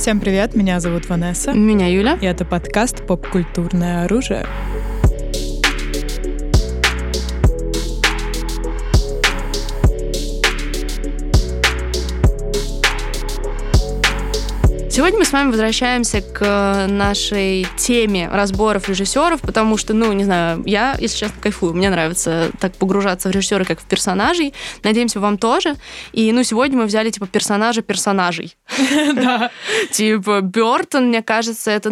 Всем привет, меня зовут Ванесса. Меня Юля. И это подкаст «Поп-культурное оружие». Сегодня мы с вами возвращаемся к нашей теме разборов режиссеров, потому что, не знаю, я, если честно, кайфую. Мне нравится так погружаться в режиссера, как в персонажей. Надеемся, вам тоже. И, сегодня мы взяли, персонажа персонажей. Да. Бёртон, мне кажется, это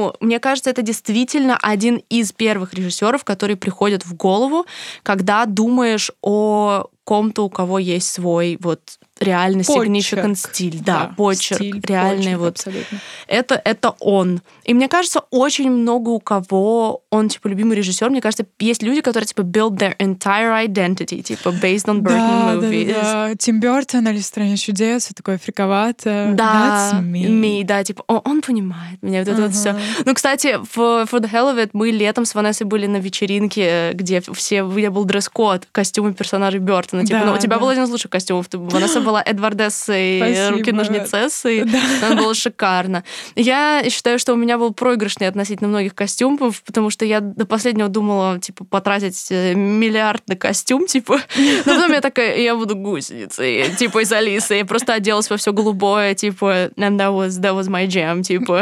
действительно один из первых режиссеров, которые приходят в голову, когда думаешь о ком-то, у кого есть свой реально significant стиль. Да, почерк. Стиль, реальный абсолютно. Это он. И мне кажется, очень много у кого он, любимый режиссер. Мне кажется, есть люди, которые, build their entire identity, based on Burton movies. Да. Тим Бёртон, «Алиса в стране чудес», все такое фриковато. Да, That's me. Да, он понимает меня, вот все. Кстати, for the hell of it, мы летом с Ванессой были на вечеринке, где был дресс-код, костюмы персонажей Бёртона. У тебя был один из лучших костюмов. Ванесса была Эдвардессой, руки-ножницессой. Да. Было шикарно. Я считаю, что у меня был проигрышный относительно многих костюмов, потому что я до последнего думала, потратить миллиард на костюм, Но потом я такая, я буду гусеницей, из Алисы. Я просто оделась во все голубое, and that was my jam,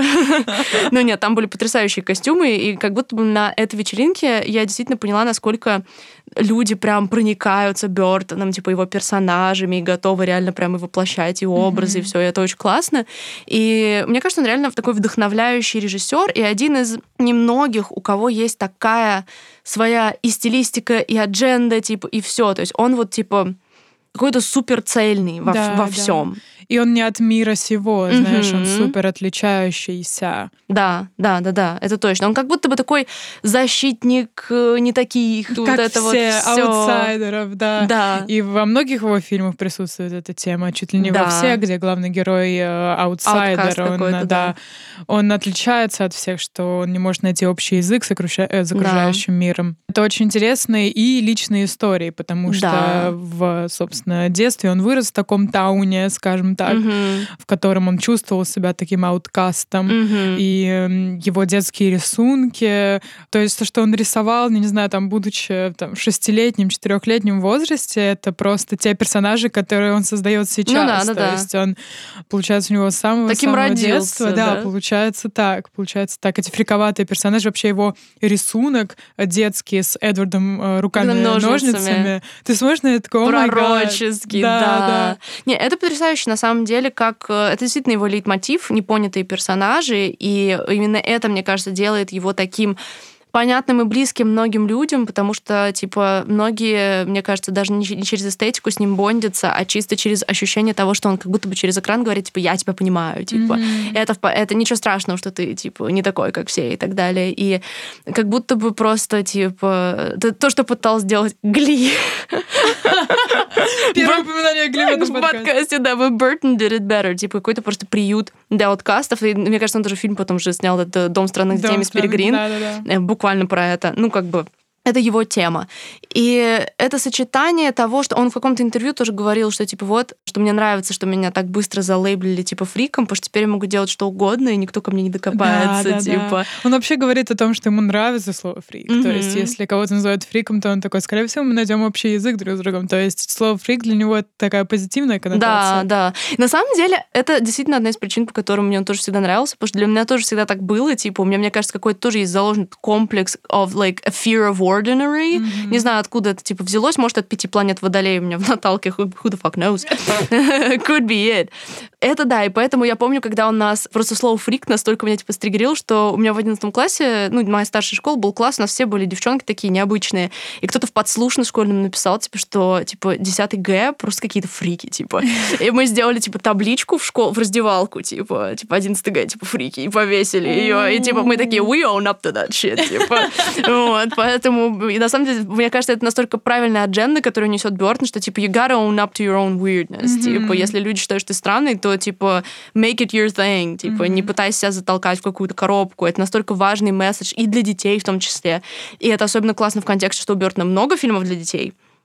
нет, там были потрясающие костюмы, и как будто бы на этой вечеринке я действительно поняла, насколько люди прям проникаются Бёртоном, его персонажами, и готовы реально прям и воплощать и образы, и все, это очень классно. И мне кажется, он реально такой вдохновляющий режиссер, и один из немногих, у кого есть такая своя и стилистика, и адженда, и все. То есть он какой-то суперцельный во всем. И он не от мира сего, знаешь, он супер отличающийся. Да, это точно. Он как будто бы такой защитник не таких, как все аутсайдеров, да. Да. И во многих его фильмах присутствует эта тема, чуть ли не во всех, где главный герой аутсайдер. Он отличается от всех, что он не может найти общий язык с окружающим миром. Это очень интересные и личные истории, потому что в, собственно, детстве он вырос в таком тауне, скажем так, в котором он чувствовал себя таким ауткастом. И его детские рисунки, то есть то, что он рисовал, не знаю, будучи в 6-летнем, 4-летнем возрасте, это просто те персонажи, которые он создает сейчас. То есть он, получается, у него с самого детства, получается так. Эти фриковатые персонажи, вообще его рисунок детский с Эдвардом руками-ножницами. Ты смотришь на это, такой, пророческий, да. Не, это потрясающе, на самом деле, как это действительно его лейтмотив, непонятые персонажи, и именно это, мне кажется, делает его таким понятным и близким многим людям, потому что, многие, мне кажется, даже не через эстетику с ним бондятся, а чисто через ощущение того, что он как будто бы через экран говорит, я тебя понимаю, это ничего страшного, что ты, не такой, как все, и так далее. И как будто бы просто, то, что пытался сделать Гли. Первое упоминание Гли в этом подкасте. Да, Burton did it better. Какой-то просто приют для ауткастов. И, мне кажется, он тоже фильм потом же снял, это «Дом странных детей» мисс Перегрин. Буквально про это. Это его тема. И это сочетание того, что он в каком-то интервью тоже говорил, что что мне нравится, что меня так быстро залейблили фриком, потому что теперь я могу делать что угодно, и никто ко мне не докопается. Да. Он вообще говорит о том, что ему нравится слово фрик. То есть, если кого-то называют фриком, то он такой, скорее всего, мы найдем общий язык друг с другом. То есть, слово фрик для него это такая позитивная коннотация. Да. На самом деле, это действительно одна из причин, по которым мне он тоже всегда нравился, потому что для меня тоже всегда так было. У меня, мне кажется, какой-то тоже есть заложен комплекс of a fear of ordinary. Не знаю, откуда это взялось. Может, от 5 планет Водолея у меня в наталке. Who the fuck knows? Could be it. Это да, и поэтому я помню, когда у нас просто слово «фрик» настолько меня стригерил, что у меня в 11 классе, моя старшая школа, был класс, у нас все были девчонки такие необычные, и кто-то в подслушно школьном написал, что 10 Г просто какие-то фрики, И мы сделали, табличку в раздевалку, 11 Г, фрики, и повесили ее, и, мы такие, we own up to that shit, поэтому, и на самом деле, мне кажется, это настолько правильная адженда, которую несет Бёртон, что, you gotta own up to your own weirdness, если люди считают, что ты странный, то, make it your thing, не пытайся себя затолкать в какую-то коробку, это настолько важный месседж и для детей в том числе, и это особенно классно в контексте, что у Бёртона много фильмов для детей,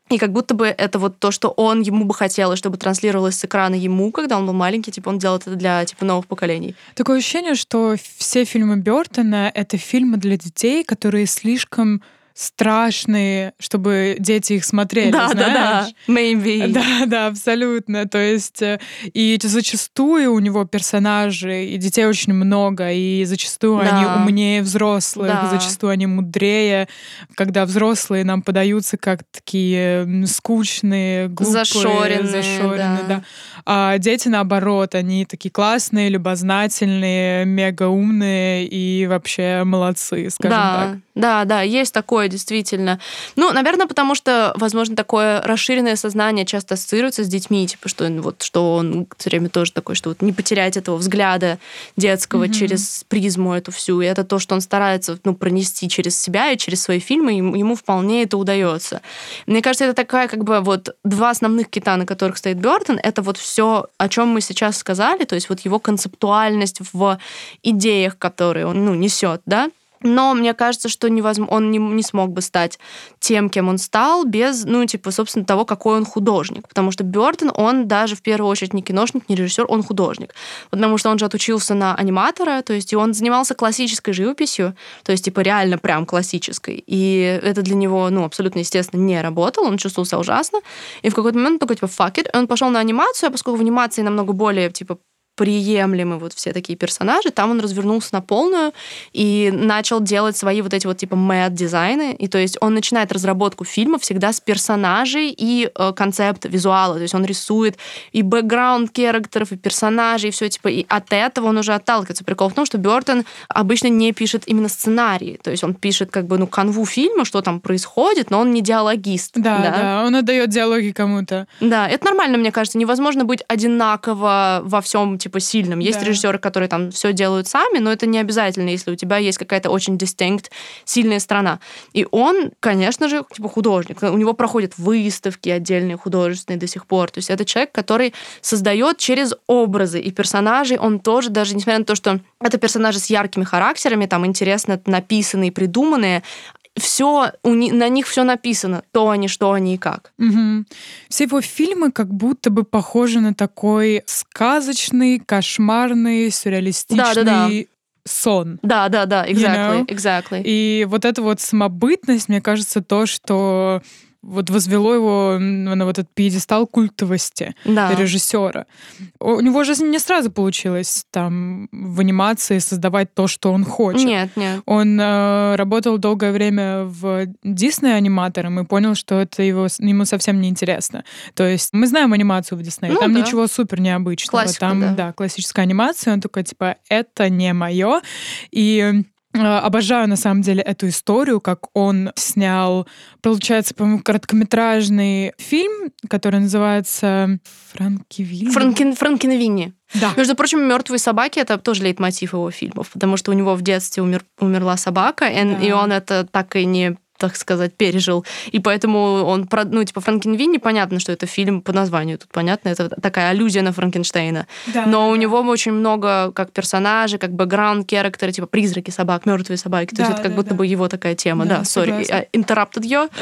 И как будто бы это вот то, что он ему бы хотел, и чтобы транслировалось с экрана ему, когда он был маленький, типа он делал это для типа новых поколений. Такое ощущение, что все фильмы Бёртона — это фильмы для детей, которые слишком страшные, чтобы дети их смотрели, знаешь? Да, maybe. Да, абсолютно. То есть и зачастую у него персонажи, и детей очень много, и зачастую они умнее взрослых, зачастую они мудрее, когда взрослые нам подаются как такие скучные, глупые, зашоренные, да. А дети, наоборот, они такие классные, любознательные, мега умные и вообще молодцы, скажем так. Да, есть такое, действительно. Ну, наверное, потому что, возможно, такое расширенное сознание часто ассоциируется с детьми, типа, что он все время тоже такой, что вот не потерять этого взгляда детского через призму эту всю. И это то, что он старается пронести через себя и через свои фильмы, ему вполне это удается. Мне кажется, это такая, как бы, вот два основных кита, на которых стоит Бёртон, это вот все, о чем мы сейчас сказали, то есть вот его концептуальность в идеях, которые он несет, да. Но мне кажется, что он не смог бы стать тем, кем он стал, без, собственно, того, какой он художник. Потому что Бёртон, он даже в первую очередь не киношник, не режиссер, он художник. Потому что он же отучился на аниматора, то есть и он занимался классической живописью, то есть типа реально прям классической. И это для него, абсолютно естественно не работало, он чувствовал себя ужасно. И в какой-то момент он такой, типа, fuck it, и он пошел на анимацию, а поскольку в анимации намного более, типа, приемлемы вот все такие персонажи, там он развернулся на полную и начал делать свои вот эти вот типа мad-дизайны, и то есть он начинает разработку фильма всегда с персонажей и концепта, визуала, то есть он рисует и бэкграунд character'ов, и персонажей, и все типа, и от этого он уже отталкивается. Прикол в том, что Бёртон обычно не пишет именно сценарии, то есть он пишет как бы, канву фильма, что там происходит, но он не диалогист. Да, он отдает диалоги кому-то. Да, это нормально, мне кажется, невозможно быть одинаково во всем типа сильным. Есть режиссеры, которые там все делают сами, но это не обязательно, если у тебя есть какая-то очень distinct, сильная сторона. И он, конечно же, типа художник. У него проходят выставки отдельные художественные до сих пор. То есть это человек, который создает через образы и персонажей. Он тоже, даже несмотря на то, что это персонажи с яркими характерами, там интересно написанные, придуманные, все на них все написано, то они, что они и как. Угу. Все его фильмы как будто бы похожи на такой сказочный, кошмарный, сюрреалистичный сон. Да, exactly. И вот эта вот самобытность, мне кажется, то, что вот возвело его на вот этот пьедестал культовости режиссера. У него же не сразу получилось там в анимации создавать то, что он хочет. Нет. Он работал долгое время в Дисней аниматором и понял, что это ему совсем не интересно. То есть мы знаем анимацию в Дисней, там ничего супер необычного. Классика, там, классическая анимация, он такой, типа, это не мое. И обожаю, на самом деле, эту историю, как он снял, получается, по-моему, короткометражный фильм, который называется Франкенвини. Да. Между прочим, «Мертвые собаки» — это тоже лейтмотив его фильмов, потому что у него в детстве умерла собака, и он это так и не, так сказать, пережил. И поэтому он, Франкенвини, понятно, что это фильм по названию, тут понятно, это такая аллюзия на Франкенштейна. Но у него очень много как персонажей, как бэкграунд character, типа призраки собак, мертвые собаки. То есть это как будто бы его такая тема. Да, sorry, I interrupted you.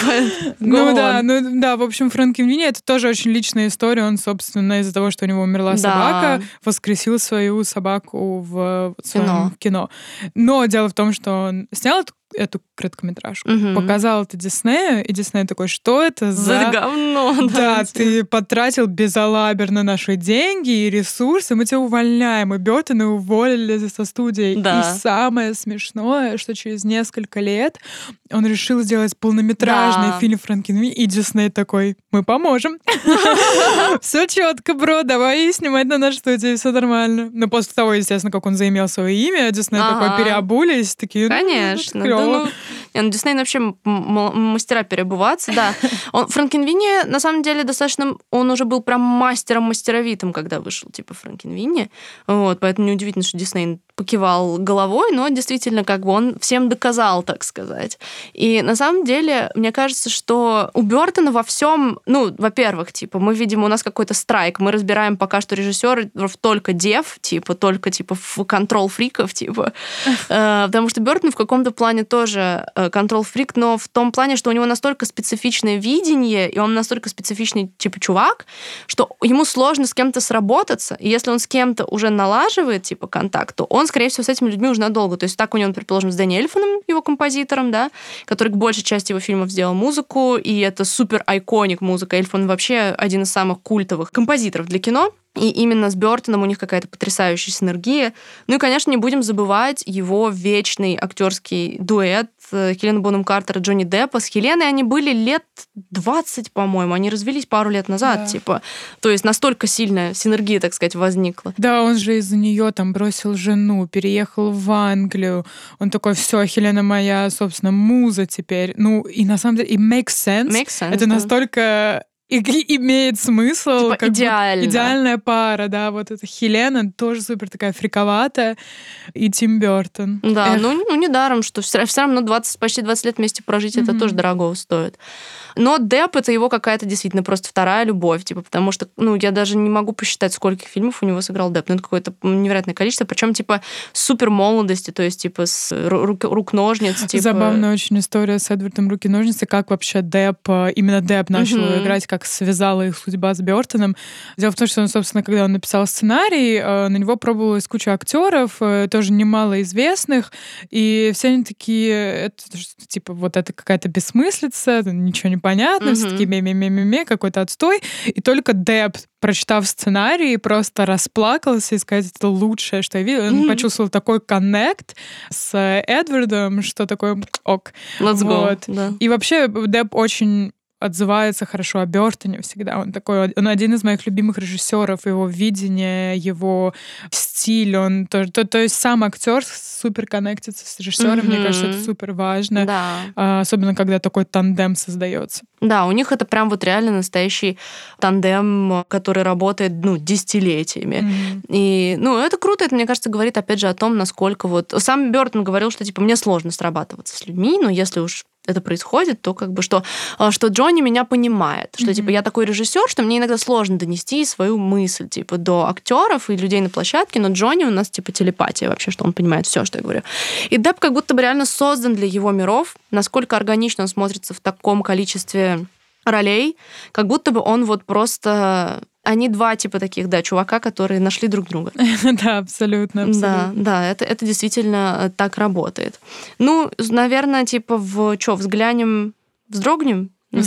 В общем, Франкенвини — это тоже очень личная история. Он, собственно, из-за того, что у него умерла собака, воскресил свою собаку в своем кино. Но дело в том, что он снял эту короткометражку, показал это Диснею, и Дисней такой, что это за говно? Да, ты потратил безалаберно наши деньги и ресурсы, мы тебя увольняем. И Бёртона уволили со студией. И самое смешное, что через несколько лет он решил сделать полнометражный фильм Франкенвини, и Дисней такой, мы поможем. Все четко, бро, давай снимать на нашей студии, все нормально. Но после того, естественно, как он заимел свое имя, Дисней такой переобулись, такие, конечно. Дисней вообще мастера переобуваться, да. Франкенвини, на самом деле, достаточно... Он уже был прям мастером-мастеровитым, когда вышел, типа, Франкенвини. Вот, поэтому неудивительно, что Дисней покивал головой, но действительно, как бы он всем доказал, так сказать. И на самом деле, мне кажется, что у Бёртона во всем, во-первых, типа, мы видим, у нас какой-то страйк, мы разбираем пока что режиссеры только дев, только в контрол-фриков, типа. Потому что Бёртон в каком-то плане тоже контрол-фрик, но в том плане, что у него настолько специфичное видение, и он настолько специфичный типа чувак, что ему сложно с кем-то сработаться, и если он с кем-то уже налаживает типа контакт, то он, скорее всего, с этими людьми уже надолго. То есть так у него, предположим, с Дэнни Эльфманом, его композитором, да, который к большей части его фильмов сделал музыку, и это супер-айконик музыка. Эльфман вообще один из самых культовых композиторов для кино. И именно с Бёртоном у них какая-то потрясающая синергия. Ну и, конечно, не будем забывать его вечный актерский дуэт Хелены Бонем Картер и Джонни Деппа. С Хеленой они были лет 20, по-моему. Они развелись пару лет назад, типа. То есть настолько сильная синергия, так сказать, возникла. Да, он же из-за нее там бросил жену, переехал в Англию. Он такой, все, Хелена моя, собственно, муза теперь. Ну, и на самом деле, и makes sense. Это настолько... имеет смысл. Типа идеально. Идеальная пара, да. Вот эта Хелена тоже супер такая фриковатая. И Тим Бёртон. Да, ну недаром, что все равно почти 20 лет вместе прожить, это тоже дорого стоит. Но Депп — это его какая-то действительно просто вторая любовь, типа, потому что, ну, я даже не могу посчитать, сколько фильмов у него сыграл Депп. Ну, это какое-то невероятное количество, причем типа, супер молодости, то есть, типа, с рук-ножниц. Типа... Забавная очень история с Эдвардом Руки-ножницы, как вообще именно Депп начал играть, как связала их судьба с Бёртоном. Дело в том, что он, собственно, когда он написал сценарий, на него пробовалась куча актеров, тоже немало известных, и все они такие, это, типа, вот это какая-то бессмыслица, ничего не понятно, все такие ме-ме-ме-ме-ме, какой-то отстой. И только Депп, прочитав сценарий, просто расплакался и сказал, это лучшее, что я видел. Он почувствовал такой коннект с Эдвардом, что такое ок. Let's go. Да. И вообще Депп очень отзывается хорошо о Бёртоне всегда. Он один из моих любимых режиссеров, его видение, его стиль, он тоже, то есть сам актер супер коннектится с режиссером, мне кажется, это супер важно, особенно когда такой тандем создается. Да, у них это прям вот реально настоящий тандем, который работает, ну, десятилетиями. И, ну, это круто, это, мне кажется, говорит, опять же, о том, насколько вот... Сам Бёртон говорил, что, типа, мне сложно срабатываться с людьми, но если уж это происходит, то как бы что Джонни меня понимает, что типа я такой режиссер, что мне иногда сложно донести свою мысль типа до актеров и людей на площадке, но Джонни у нас типа телепатия вообще, что он понимает все, что я говорю. И Депп как будто бы реально создан для его миров, насколько органично он смотрится в таком количестве ролей, как будто бы он вот просто... Они два типа таких, да, чувака, которые нашли друг друга. Да, абсолютно. Да, это действительно так работает. Ну, наверное, типа взглянем, вздрогнем на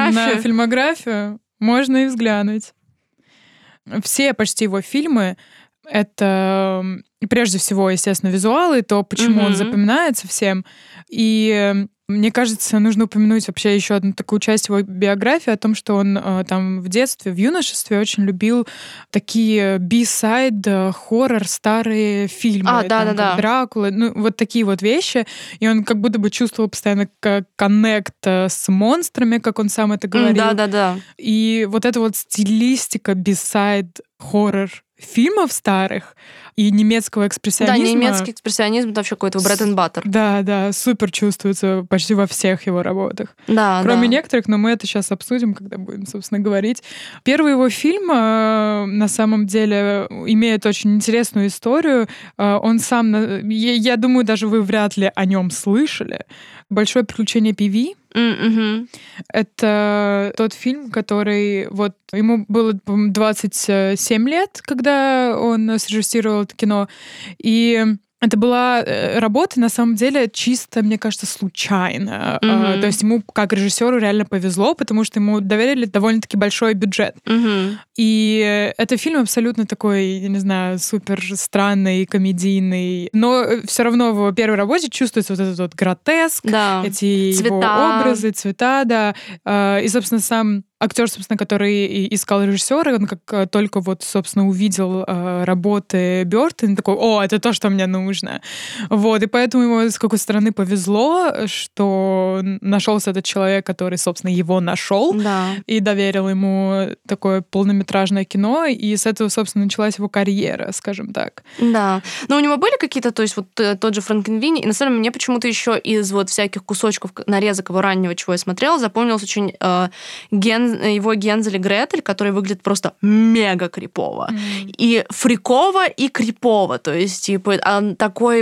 фильмографию? Можно и взглянуть. Все почти его фильмы — это прежде всего, естественно, визуалы, то, почему он запоминается всем. И мне кажется, нужно упомянуть вообще еще одну такую часть его биографии о том, что он там в детстве, в юношестве очень любил такие би-сайд хоррор старые фильмы. Как Дракула, ну вот такие вот вещи. И он как будто бы чувствовал постоянно коннект с монстрами, как он сам это говорил. И вот эта вот стилистика би-сайд хоррор фильмов старых и немецкого экспрессионизма. Да, немецкий экспрессионизм — это вообще какой-то bread and butter. Да, супер чувствуется почти во всех его работах. Да, Кроме некоторых, но мы это сейчас обсудим, когда будем, собственно, говорить. Первый его фильм, на самом деле, имеет очень интересную историю. Он сам, я думаю, даже вы вряд ли о нем слышали. «Большое приключение Пи-Ви». Это тот фильм, который вот ему было 27 лет, когда он срежиссировал это кино, и это была работа, на самом деле, чисто, мне кажется, случайно. То есть ему, как режиссеру, реально повезло, потому что ему доверили довольно-таки большой бюджет. И это фильм абсолютно такой, я не знаю, супер странный, комедийный. Но все равно в его первой работе чувствуется вот этот вот гротеск, эти цвета. Его образы, цвета, да. И, собственно, сам актер, собственно, который искал режиссера, он как только вот, собственно, увидел работы Бёртона, такой: о, это то, что мне нужно. Вот, и поэтому ему с какой стороны повезло, что нашелся этот человек, который, собственно, его нашел и доверил ему такое полнометражное кино, и с этого, собственно, началась его карьера, скажем так. Да. Но у него были какие-то, то есть вот тот же Франкенвини, и на самом деле мне почему-то еще из вот всяких кусочков, нарезок его раннего, чего я смотрела, запомнился очень его Гензель и Гретель, который выглядит просто мега крипово. И фриково, и крипово. То есть, типа, такой вот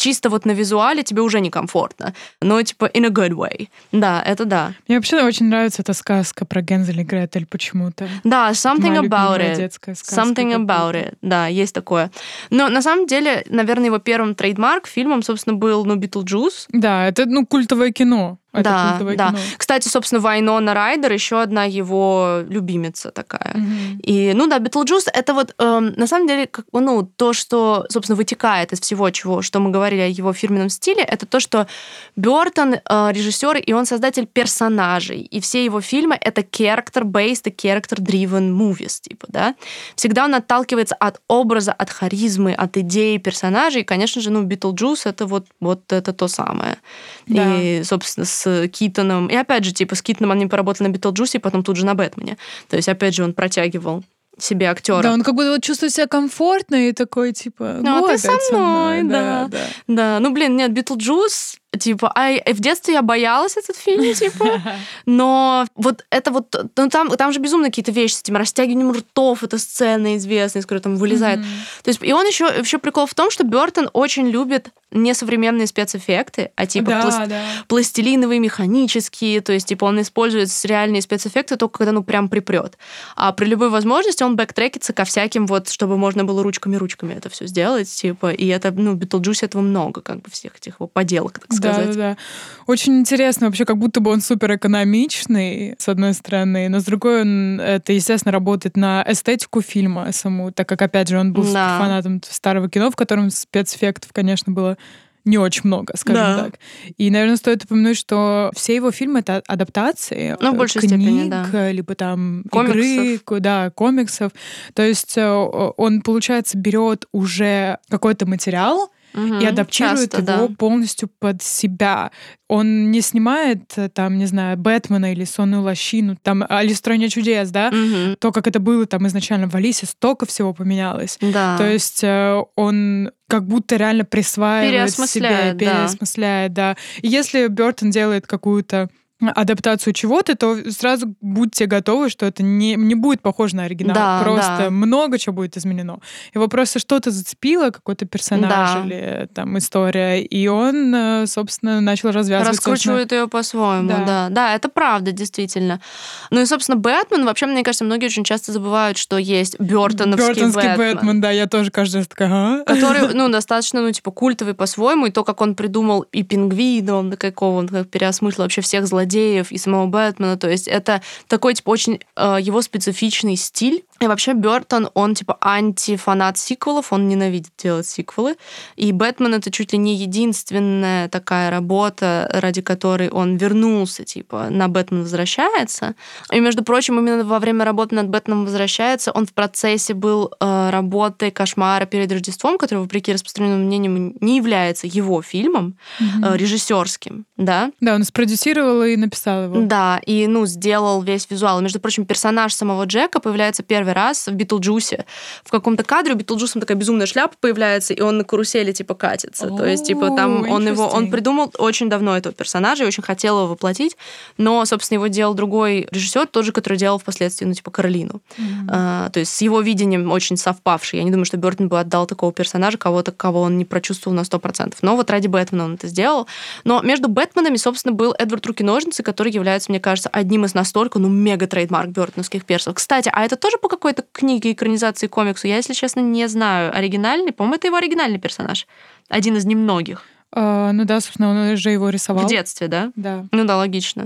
чисто вот на визуале тебе уже некомфортно. Но типа in a good way. Да, это да. Мне вообще очень нравится эта сказка про Гензель и Гретель почему-то. Да, something about it. Детская сказка. Something about it. Да, есть такое. Но на самом деле, наверное, его первым трейдмарк-фильмом, собственно, был, Битлджус. Да, это, культовое кино. Это кино. Кстати, собственно, Вайнона Райдер еще одна его любимица такая. И, Битлджус — это вот, на самом деле, то, что, собственно, вытекает из всего, что мы говорили о его фирменном стиле, это то, что Бёртон режиссер, и он создатель персонажей. И все его фильмы — это character-based и character-driven movies, типа, да. Всегда он отталкивается от образа, от харизмы, от идеи персонажей. И, конечно же, Битлджус — это вот это то самое. Да. И, собственно, с Китоном. И опять же, с Китоном они поработали на Битлджусе, и потом тут же на Бэтмене. То есть, опять же, он протягивал себе актера. Да, он как будто чувствует себя комфортно и такой, ты со мной, да. Нет, Битлджус, в детстве я боялась этот фильм, но вот это вот, там же безумно какие-то вещи с этим растягиванием ртов, эта сцена известная, из которой там вылезает. То есть, и он еще прикол в том, что Бёртон очень любит несовременные спецэффекты, а пластилиновые, механические, то есть, он использует реальные спецэффекты только когда, прям припрёт. А при любой возможности он бэктрекится ко всяким чтобы можно было ручками это все сделать, и это, в Битлджусе этого много, всех этих его поделок, так сказать. Да. Очень интересно вообще, как будто бы он суперэкономичный, с одной стороны, но с другой это, естественно, работает на эстетику фильма саму, так как, опять же, он был фанатом старого кино, в котором спецэффектов, конечно, было не очень много, скажем так. И, наверное, стоит упомянуть, что все его фильмы — это адаптации в большей степени, да. Либо там игры, комиксов. То есть он, получается, берет уже какой-то материал и адаптирует его полностью под себя. Он не снимает, не знаю, Бэтмена или Сонную лощину, или Стране чудес, да? То, как это было изначально в Алисе, столько всего поменялось. Да. То есть он как будто реально присваивает себе, переосмысляет, да. И если Бёртон делает какую-то адаптацию чего-то, то сразу будьте готовы, что это не будет похоже на оригинал. Просто много чего будет изменено. Его просто что-то зацепило, какой-то персонаж или история, и он, собственно, начал развязывать. Раскручивает ее по-своему, да. Да, это правда, действительно. И, собственно, Бэтмен, вообще, мне кажется, многие очень часто забывают, что есть бёртоновский Бэтмен, да, я тоже каждый раз такая, который, достаточно, культовый по-своему, и то, как он придумал и Пингвина, какого он переосмыслил вообще всех злодеев, и самого Бэтмена, то есть это такой, очень его специфичный стиль. И вообще Бёртон, он, антифанат сиквелов, он ненавидит делать сиквелы, и «Бэтмен» — это чуть ли не единственная такая работа, ради которой он вернулся, на «Бэтмен возвращается». И, между прочим, именно во время работы над «Бэтменом возвращается» он в процессе был работы «Кошмара перед Рождеством», который, вопреки распространенному мнению, не является его фильмом, режиссерским, да? Да, он спродюсировал и написал его. Да, и, сделал весь визуал. Между прочим, персонаж самого Джека появляется первый раз в Битлджусе. В каком-то кадре у Битлджуса такая безумная шляпа появляется, и он на карусели катится. То есть, там он придумал очень давно этого персонажа и очень хотел его воплотить, но, собственно, его делал другой режиссер, тот же, который делал впоследствии, Каролину. То есть с его видением очень совпавший. Я не думаю, что Бёртон бы отдал такого персонажа кого-то, кого он не прочувствовал на 100%. Но вот ради Бэтмена он это сделал. Но между Бэтменами, собственно, был Эдвард Руки-ножницы, который является, мне кажется, одним из настолько, мега-трейдмарк бёртоновских персов. Кстати, а это тоже по какой-то книге, экранизации, комиксу? Я, если честно, не знаю. Оригинальный? По-моему, это его оригинальный персонаж. Один из немногих. Собственно, он же его рисовал. В детстве, да? Да. Да, логично.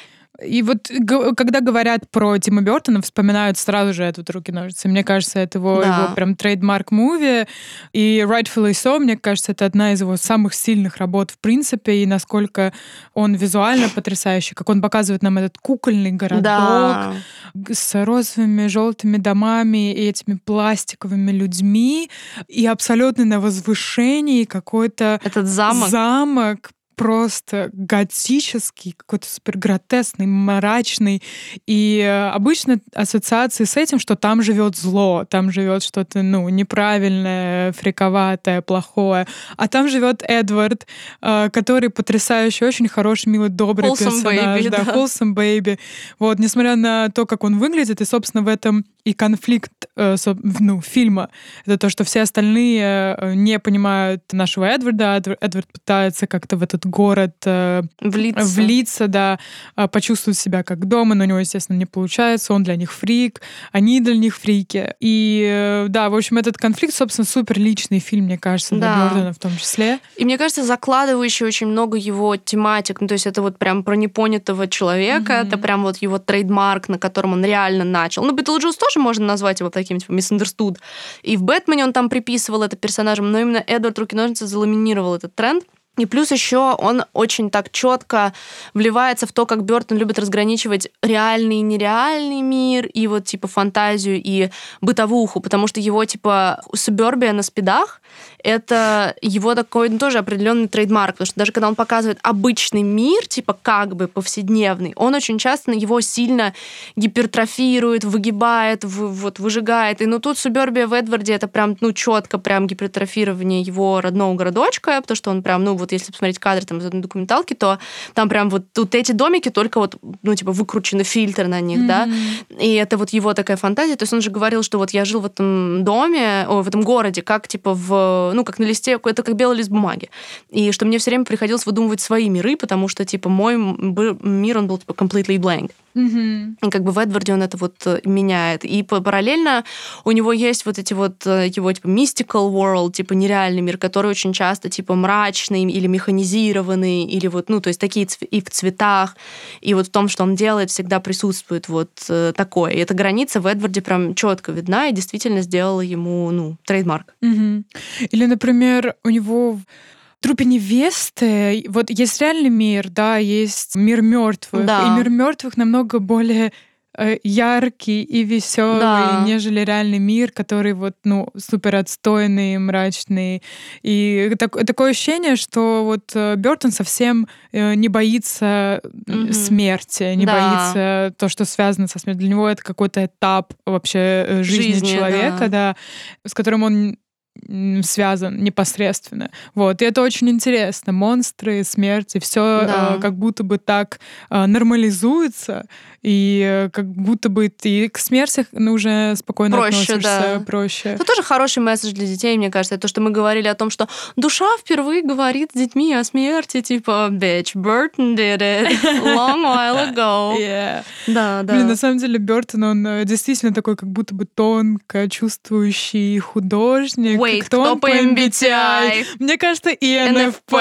И вот когда говорят про Тима Бёртона, вспоминают сразу же этот «Руки-ножницы». Мне кажется, это его прям трейдмарк-муви. И rightfully so, мне кажется, это одна из его самых сильных работ в принципе. И насколько он визуально потрясающий, как он показывает нам этот кукольный городок с розовыми, желтыми домами и этими пластиковыми людьми. И абсолютно на возвышении какой-то этот замок просто готический, какой-то супергротесный, мрачный. И обычно ассоциации с этим, что там живет зло, там живет что-то, неправильное, фриковатое, плохое. А там живет Эдвард, который потрясающий, очень хороший, милый, добрый wholesome персонаж. Baby, да, wholesome baby. Вот, несмотря на то, как он выглядит, и, собственно, в этом и конфликт фильма, это то, что все остальные не понимают нашего Эдварда. Эдвард пытается как-то в этот город влиться, да, почувствовать себя как дома, но у него, естественно, не получается. Он для них фрик, они для них фрики. И да, в общем, этот конфликт, собственно, супер личный фильм, мне кажется, для Бёртона в том числе. И мне кажется, закладывающий очень много его тематик. Ну, то есть это вот прям про непонятого человека, это прям вот его трейдмарк, на котором он реально начал. Ну, Битлджус тоже можно назвать его таким, типа, misunderstood. И в «Бэтмене» он там приписывал это персонажам, но именно Эдвард Руки-ножницы заламинировал этот тренд. И плюс еще он очень так четко вливается в то, как Бёртон любит разграничивать реальный и нереальный мир, и вот типа фантазию и бытовуху, потому что его типа субербия на спидах — это его такой тоже определенный трейдмарк, потому что даже когда он показывает обычный мир, типа как бы повседневный, он очень часто его сильно гипертрофирует, выгибает, вот выжигает. И ну тут субербия в Эдварде — это прям четко прям гипертрофирование его родного городочка, потому что он прям, вот если посмотреть кадры там из одной документалки, то там прям вот эти домики только вот, типа выкручены фильтр на них, да, и это вот его такая фантазия. То есть он же говорил, что вот я жил в этом доме, в этом городе, как типа как на листе, это как белый лист бумаги. И что мне все время приходилось выдумывать свои миры, потому что типа мой мир, он был типа completely blank. И как бы в Эдварде он это вот меняет. И параллельно у него есть вот эти вот его типа mystical world, типа нереальный мир, который очень часто типа мрачный или механизированный, или вот, то есть такие и в цветах, и вот в том, что он делает, всегда присутствует вот такое. И эта граница в Эдварде прям четко видна и действительно сделала ему, трейдмарк. Или, например, у него в «Трупе невесты» вот есть реальный мир, да, есть мир мертвых, и мир мертвых намного более яркий и веселый, нежели реальный мир, который вот, супер отстойный, мрачный. И такое ощущение, что вот Бёртон совсем не боится смерти, не боится то, что связано со смертью. Для него это какой-то этап вообще жизни человека, да, с которым он связан непосредственно. Вот. И это очень интересно. Монстры, смерти, все как будто бы так нормализуется, и как будто бы ты к смерти уже спокойно относишься. Проще. Это тоже хороший месседж для детей, мне кажется. Это то, что мы говорили о том, что душа впервые говорит с детьми о смерти, типа bitch, Burton did it long while ago. Yeah. Да. Блин, на самом деле Бёртон, он действительно такой как будто бы тонко чувствующий художник. Кто по MBTI? Мне кажется, ИНФП.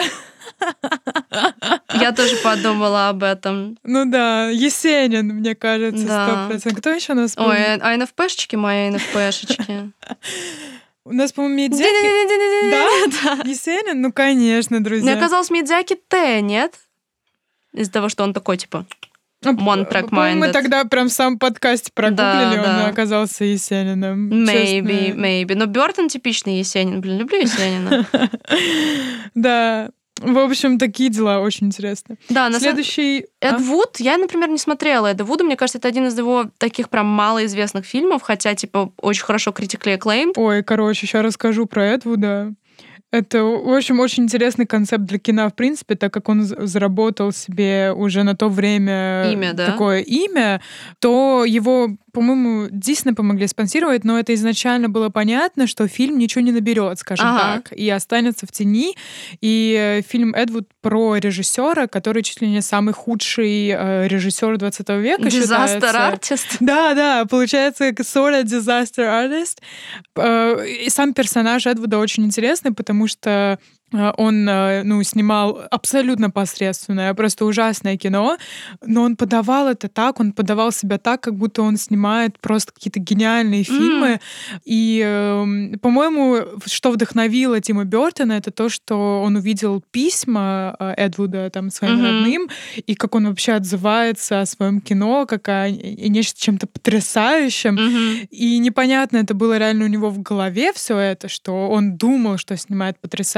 Я тоже подумала об этом. Ну да, Есенин, мне кажется, 100%. Кто еще у нас? Ой, АНФПшечки мои, АНФПшечки. У нас, по-моему, Медяки. Да? Есенин? Ну, конечно, друзья. Мне казалось, Медяки Т, нет? Из-за того, что он такой, типа... One-track-minded. Мы тогда прям в самом подкасте прогуглили, он оказался Есениным. Maybe. Но Бёртон типичный Есенин. Блин, люблю Есенина. Да. В общем, такие дела очень интересные. Да, следующий... Эд Вуд, я, например, не смотрела Эда Вуда. Мне кажется, это один из его таких прям малоизвестных фильмов, хотя, типа, очень хорошо critically acclaimed. Ой, короче, сейчас расскажу про Эд Вуда. Это, в общем, очень интересный концепт для кино, в принципе, так как он заработал себе уже на то время такое имя, то его, по-моему, Дисней помогли спонсировать, но это изначально было понятно, что фильм ничего не наберет, скажем так, и останется в тени. И фильм «Эд Вуд» про режиссера, который чуть ли не самый худший режиссер 20 века считается. Disaster artist. Да, получается, sort of disaster artist. И сам персонаж Эд Вуда очень интересный, потому что он снимал абсолютно посредственное, просто ужасное кино, но он подавал это так, он подавал себя так, как будто он снимает просто какие-то гениальные фильмы. И, по-моему, что вдохновило Тима Бёртона, это то, что он увидел письма Эд Вуда там своим родным, и как он вообще отзывается о своем кино, как о нечто чем-то потрясающем. И непонятно, это было реально у него в голове все это, что он думал, что снимает потрясающее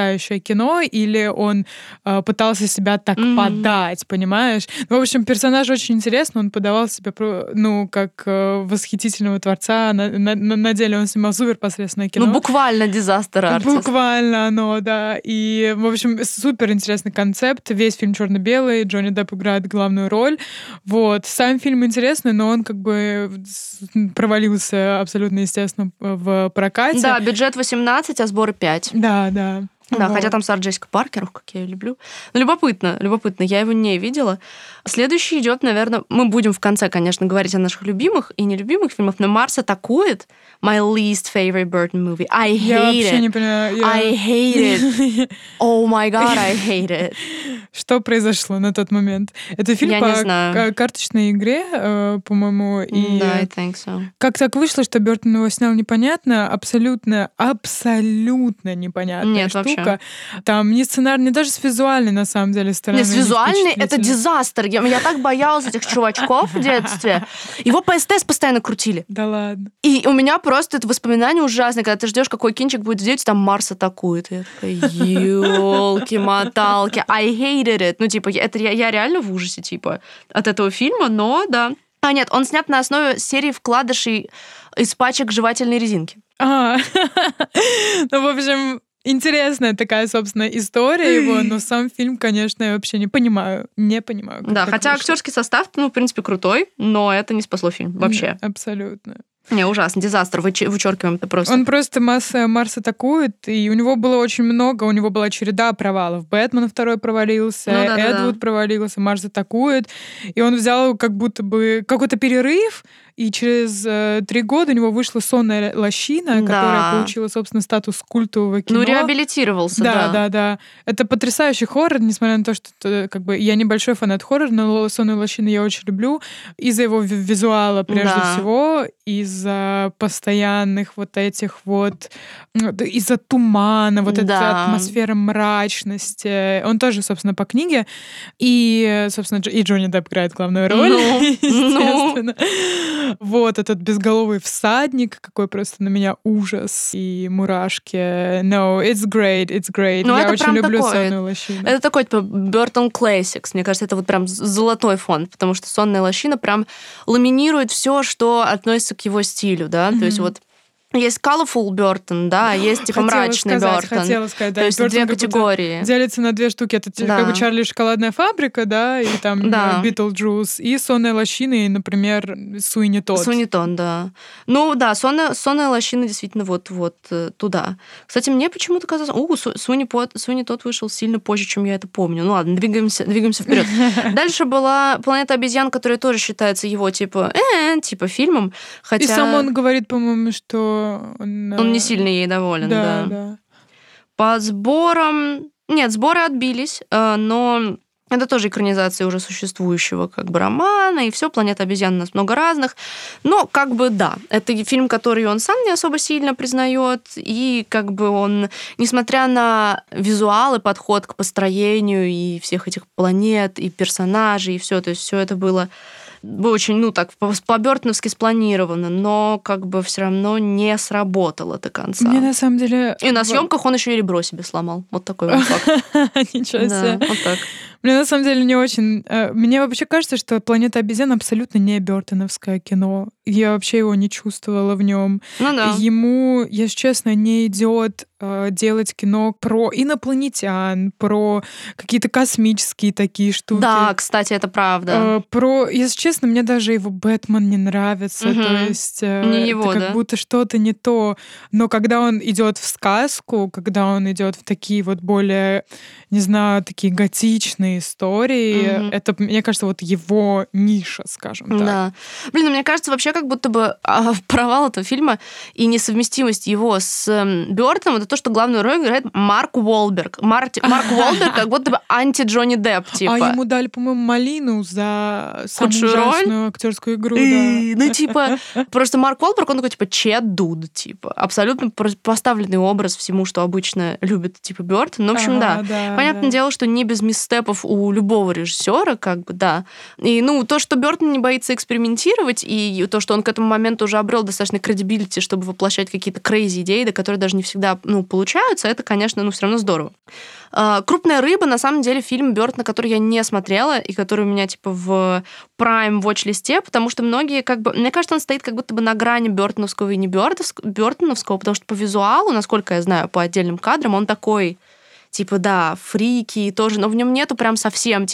кино, или он пытался себя так подать, понимаешь? В общем, персонаж очень интересный, он подавал себя, как восхитительного творца, на деле он снимал супер посредственное кино. Буквально дизастер артист. Буквально оно, да. И, в общем, супер интересный концепт. Весь фильм черно-белый, Джонни Депп играет главную роль. Вот. Сам фильм интересный, но он как бы провалился абсолютно, естественно, в прокате. Да, бюджет 18, а сборы 5. Да, да. Да, хотя там Сара Джессика Паркер, как я ее люблю. Но любопытно, я его не видела. Следующий идет, наверное, мы будем в конце, конечно, говорить о наших любимых и нелюбимых фильмах, но «Марс атакует» my least favorite Burton movie. I hate я вообще it. Не понимаю. I hate it. Oh my God, I hate it. Что произошло на тот момент? Это фильм по карточной игре, по-моему. И да, I think so. Как так вышло, что Бёртон его снял, непонятно. Абсолютно непонятная Нет, штука. Вообще. Там ни сценарий, ни даже с визуальной, на самом деле, стороны. Нет, с визуальной это дизастер. Я так боялась этих чувачков в детстве. Его по СТС постоянно крутили. Да ладно. И у меня просто это воспоминание ужасное, когда ты ждешь, какой кинчик будет в 9, там Марс атакует. И я такая, ёлки-моталки, I hated it. Ну, типа, это я реально в ужасе, типа, от этого фильма, но да. А, нет, он снят на основе серии вкладышей из пачек жевательной резинки. Ну, в общем... Интересная такая, собственно, история его, но сам фильм, конечно, я вообще не понимаю. Да, хотя актерский состав, в принципе, крутой, но это не спасло фильм вообще. Абсолютно. Не, ужасно, дизастер, вычеркиваем это просто. Он просто Марс атакует, и у него было очень много, у него была череда провалов. Бэтмен 2 провалился, Эдвуд провалился, Марс атакует, и он взял как будто бы какой-то перерыв, и через 3 года у него вышла «Сонная лощина», которая получила, собственно, статус культового кино. Реабилитировался, да. Да. Это потрясающий хоррор, несмотря на то, что как бы я небольшой фанат хоррора, но «Сонную лощину» я очень люблю. Из-за его визуала, прежде всего, из-за постоянных вот этих вот... Из-за тумана, вот этой атмосферы мрачности. Он тоже, собственно, по книге. И, собственно, и Джонни Депп играет главную роль, естественно. Вот этот безголовый всадник, какой просто на меня ужас и мурашки. No, it's great. Но я очень люблю «Сонную лощину». Это такой, типа, Burton Classics. Мне кажется, это вот прям золотой фонд, потому что «Сонная лощина» прям ламинирует все, что относится к его стилю, да, то есть вот есть colorful Бёртон, да, есть типа мрачный Бёртон. Хотела сказать, да. То есть две категории. Делится на 2 штуки. Это как бы «Чарли и шоколадная фабрика», да, и там «Битлджус», и «Сонная лощина», и, например, «Суини Тодд». Суини Тодд, да. Ну да, «Сонная лощина» действительно вот туда. Кстати, мне почему-то казалось, Суини Тодд вышел сильно позже, чем я это помню. Ну ладно, двигаемся вперед. Дальше была «Планета обезьян», которая тоже считается его типа фильмом. Хотя... И сам он говорит, по-моему, что он не сильно ей доволен, да. По сборам... Нет, сборы отбились, но это тоже экранизация уже существующего как бы романа, и все, «Планета обезьян» у нас много разных. Но как бы да, это фильм, который он сам не особо сильно признает, и как бы он, несмотря на визуал и подход к построению и всех этих планет, и персонажей, и все, то есть все это было очень, по-бёртоновски спланировано, но как бы все равно не сработало до конца. Мне на самом деле... И на съемках он еще и ребро себе сломал. Вот такой вот факт. Ничего себе. Вот так. Мне на самом деле не очень... Мне вообще кажется, что «Планета обезьян» абсолютно не бёртоновское кино. Я вообще его не чувствовала в нем. Ему, если честно, не идет делать кино про инопланетян, про какие-то космические такие штуки. Да, кстати, это правда. Если честно, мне даже его «Бэтмен» не нравится. То есть не его, это как будто что-то не то. Но когда он идет в сказку, когда он идет в такие вот более, не знаю, такие готичные истории, это, мне кажется, вот его ниша, скажем так. Да. Блин, мне кажется, вообще как будто бы провал этого фильма и несовместимость его с Бёртоном — это то, что главную роль играет Марк Уолберг. Марк Уолберг как будто бы анти-Джонни Депп, типа. А ему дали, по-моему, малину за самую ужасную актерскую игру. Да. Ну, типа, просто Марк Уолберг, он такой, типа, Чед Дуд, типа. Абсолютно поставленный образ всему, что обычно любит, типа, Бёртон. Ну, в общем, да. Понятное дело, что не без мисстепов у любого режиссера, как бы, да. И, то, что Бёртон не боится экспериментировать, и то, что он к этому моменту уже обрел достаточно кредибилити, чтобы воплощать какие-то крейзи идеи, да, которые даже не всегда, получаются, это, конечно, все равно здорово. «Крупная рыба», на самом деле, фильм Бёртона, который я не смотрела, и который у меня, в Prime watch-листе, потому что многие, мне кажется, он стоит как будто бы на грани бёртоновского и не бёртоновского, потому что по визуалу, насколько я знаю, по отдельным кадрам, он такой, фрики тоже, но в нем нету прям совсем,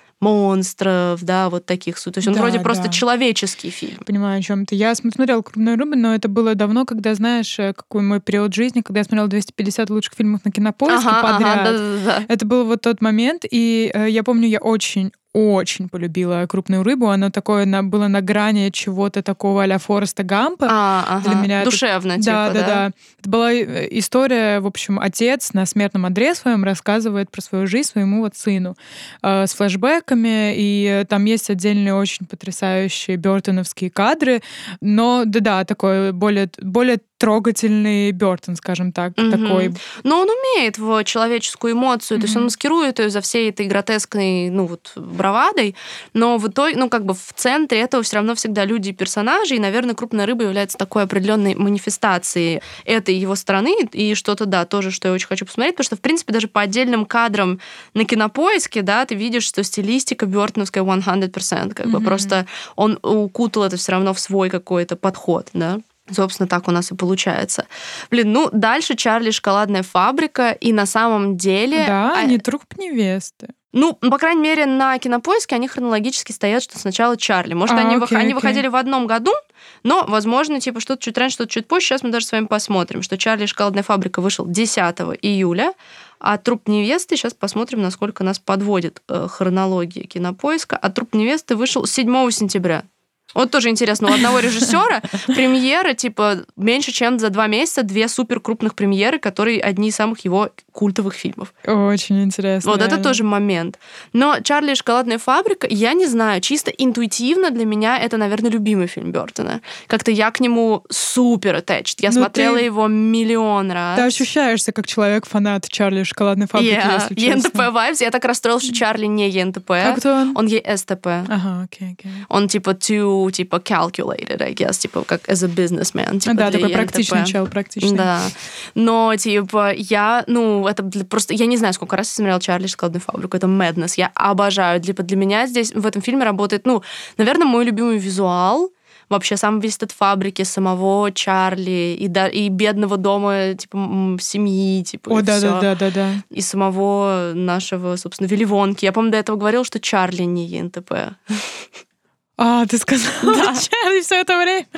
монстров, да, вот таких. То есть он вроде просто человеческий фильм. Понимаю, о чем ты. Я смотрела «Крупную рыбу», но это было давно, когда, знаешь, какой мой период жизни, когда я смотрела 250 лучших фильмов на Кинопоиске подряд. Да. Это был вот тот момент, и я помню, я очень полюбила «Крупную рыбу». Она было на грани чего-то такого а-ля Фореста Гампа. Для меня душевно, да. Это была история, в общем, отец на смертном одре своем рассказывает про свою жизнь своему сыну с флешбэками, и там есть отдельные очень потрясающие бёртоновские кадры, но такой более трогательный Бёртон, скажем так, такой. Но он умеет в человеческую эмоцию, то есть он маскирует ее за всей этой гротескной, бравадой, но в итоге, в центре этого все равно всегда люди и персонажи, и, наверное, «Крупная рыба» является такой определенной манифестацией этой его стороны, и что-то, тоже, что я очень хочу посмотреть, потому что, в принципе, даже по отдельным кадрам на Кинопоиске, ты видишь, что стилистика бёртоновская 100%, просто он укутал это все равно в свой какой-то подход, да. Собственно, так у нас и получается. Дальше «Чарли и шоколадная фабрика», и на самом деле... Да, не труп невесты. По крайней мере, на Кинопоиске они хронологически стоят, что сначала «Чарли». Может, они выходили в одном году, но, возможно, что-то чуть раньше, что-то чуть позже. Сейчас мы даже с вами посмотрим, что «Чарли и шоколадная фабрика» вышел 10 июля, а «Труп невесты», сейчас посмотрим, насколько нас подводит хронология Кинопоиска, а «Труп невесты» вышел 7 сентября. Вот тоже интересно, у одного режиссера премьера, меньше, чем за 2 месяца 2 супер крупных премьеры, которые одни из самых его культовых фильмов. Очень интересно. Вот реально. Это тоже момент. Но «Чарли и шоколадная фабрика», я не знаю, чисто интуитивно для меня это, наверное, любимый фильм Бёртона. Как-то я к нему супер attached. Я смотрела его миллион раз. Ты ощущаешься как человек-фанат «Чарли и шоколадной фабрики», если честно. ЕНТП vibes. Я так расстроилась, что Чарли не ЕНТП. А кто он? Он ЕСТП. Ага, окей. Он too calculated, I guess, как as a businessman. Такой практичный чел, практичный. Да. Но, я, просто, я не знаю, сколько раз я смотрела «Чарли и шоколадную фабрику», это madness, я обожаю. Для меня здесь, в этом фильме работает, наверное, мой любимый визуал, вообще сам весь этот фабрики, самого Чарли и бедного дома, семьи, да. И самого нашего, собственно, Вилли Вонки. Я, по-моему, до этого говорила, что Чарли не ЕНТП. Ты сказала Чарли все это время?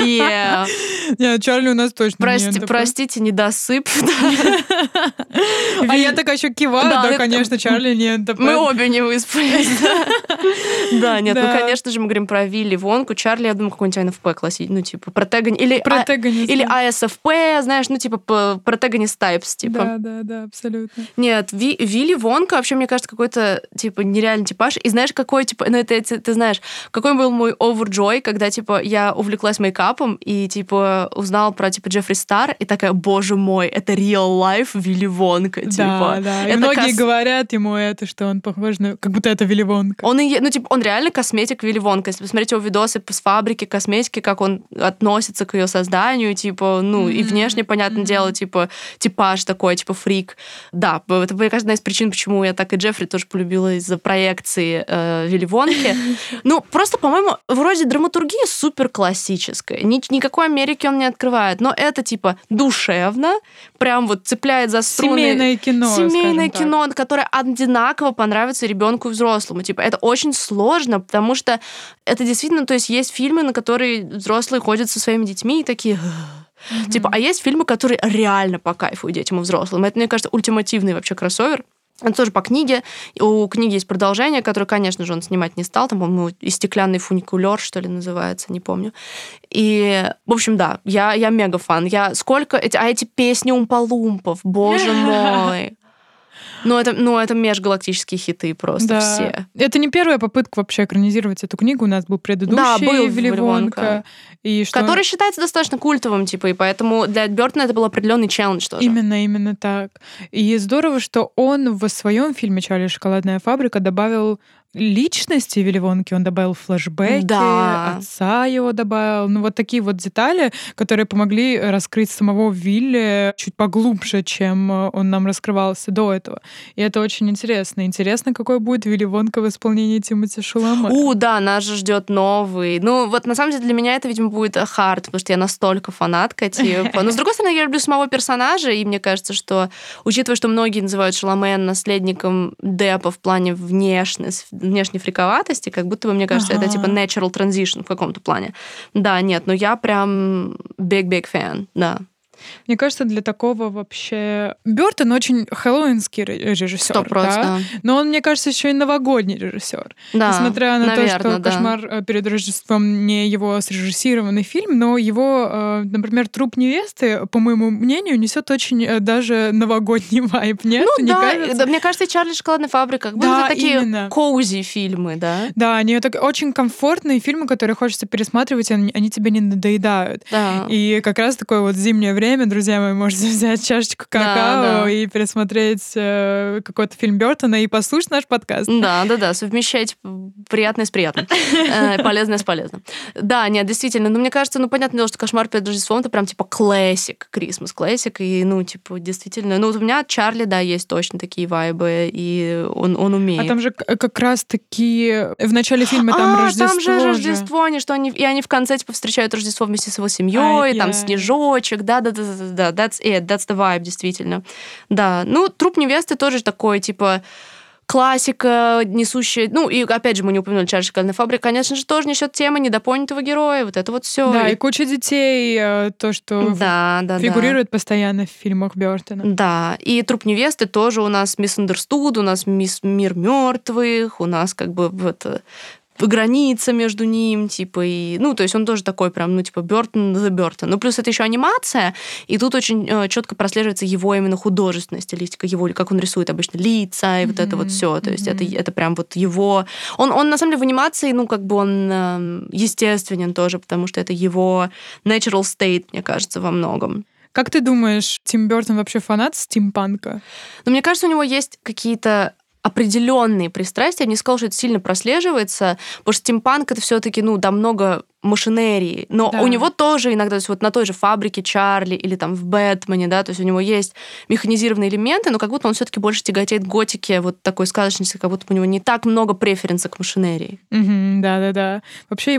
Нет, Чарли у нас точно не. Простите, недосып. А я такая еще киваю, да, конечно, Чарли не НТП. Мы обе не выспались. Да, нет, конечно же, мы говорим про Вилли Вонку. Чарли, я думаю, какой-нибудь НФП классический, протагонист. Или АСФП, знаешь, протагонист тайпс, Да, абсолютно. Нет, Вилли Вонка, вообще, мне кажется, какой-то, нереальный типаж. И знаешь, какой, ты знаешь, какой был мой overjoy, когда, я увлеклась мейкапом и, узнала про, Джеффри Стар, и такая, боже мой, это real life Вилли Вонка, Да. И многие говорят ему это, что он похож на... Как будто это Вилли Вонка. Он реально косметик Вилли Вонка. Если посмотреть его видосы с фабрики косметики, как он относится к ее созданию, и внешне, понятное дело, типаж такой, фрик. Да, это, мне кажется, одна из причин, почему я так и Джеффри тоже полюбила из-за проекции Вилли Вонки. Просто, по-моему, вроде драматургия супер классическая. Никакой Америки он не открывает, но это, душевно, прям цепляет за струны. Семейное кино, которое одинаково понравится ребенку и взрослому. Это очень сложно, потому что это действительно, то есть фильмы, на которые взрослые ходят со своими детьми и такие... А есть фильмы, которые реально по кайфу и детям, и взрослым. Это, мне кажется, ультимативный вообще кроссовер. Это тоже по книге. У книги есть продолжение, которое, конечно же, он снимать не стал. Там, по-моему, «И стеклянный фуникулер», что ли, называется, не помню. И, в общем, да, я мега фан. Эти песни Умпа-Лумпов, боже мой. Это межгалактические хиты просто все. Это не первая попытка вообще экранизировать эту книгу. У нас был предыдущий «Вилли Вонка». Который считается достаточно культовым, и поэтому для Бёртона это был определенный челлендж тоже. Именно так. И здорово, что он в своем фильме «Чарли и шоколадная фабрика» добавил личности Вилли Вонки, он добавил флешбеки, отца его добавил. Вот такие вот детали, которые помогли раскрыть самого Вилли чуть поглубже, чем он нам раскрывался до этого. И это очень интересно. Интересно, какой будет Вилли Вонка в исполнении Тимоти Шаламе. Да, нас же ждет новый. На самом деле для меня это, видимо, будет хард, потому что я настолько фанатка, Но, с другой стороны, я люблю самого персонажа, и мне кажется, что, учитывая, что многие называют Шаламе наследником Деппа в плане внешней фриковатости, как будто бы, мне кажется, это типа natural transition в каком-то плане. Да, нет, но я прям big fan, да. Мне кажется, для такого вообще... Бёртон очень хэллоуинский режиссер. 100%, да. Но он, мне кажется, еще и новогодний режиссер. Да, несмотря на то, что «Кошмар перед Рождеством» не его срежиссированный фильм, но его, например, «Труп невесты», по моему мнению, несет очень даже новогодний вайб. Нет? Не кажется? Да, мне кажется, и «Чарли и шоколадная фабрика», как будто такие коузи фильмы, да? Да, они очень комфортные фильмы, которые хочется пересматривать, они тебе не надоедают. Да. И как раз такое вот зимнее время, друзья мои, можете взять чашечку какао и пересмотреть какой-то фильм Бёртона и послушать наш подкаст. Да, совмещать приятное с приятным, полезное с полезным. Да, нет, действительно, мне кажется, понятное дело, что «Кошмар перед Рождеством» это прям типа классик, Christmas классик, и, действительно, у меня Чарли, да, есть точно такие вайбы, и он умеет. А там же как раз-таки в начале фильма там Рождество. Там же Рождество, они в конце типа встречают Рождество вместе с его семьей, там снежочек, да, that's the vibe, действительно. Да, «Труп невесты» тоже такой, типа, классика, несущая... и опять же, мы не упомянули «Чарли и шоколадная фабрика», конечно же, тоже несет темы недопонятого героя, вот это вот все. Да, и куча детей, то, что фигурирует постоянно в фильмах Бёртона. Да, и «Труп невесты» тоже у нас «Misunderstood», у нас «Мир мертвых», у нас как бы граница между ним, типа, и... то есть он тоже такой прям, Бёртон the Бёртон. Плюс это еще анимация, и тут очень четко прослеживается его именно художественная стилистика, его, как он рисует обычно лица, и вот это вот все. То есть это прям вот его... Он на самом деле в анимации, он естественен тоже, потому что это его natural state, мне кажется, во многом. Как ты думаешь, Тим Бёртон вообще фанат стимпанка? Мне кажется, у него есть какие-то определенные пристрастия. Я не сказала, что это сильно прослеживается, потому что стимпанк — это все-таки, много машинерии. Но у него тоже иногда, то есть вот на той же фабрике Чарли или там в Бэтмене, да, то есть у него есть механизированные элементы, но как будто он все-таки больше тяготеет к готике, вот такой сказочности, как будто у него не так много преференса к машинерии. Да. Вообще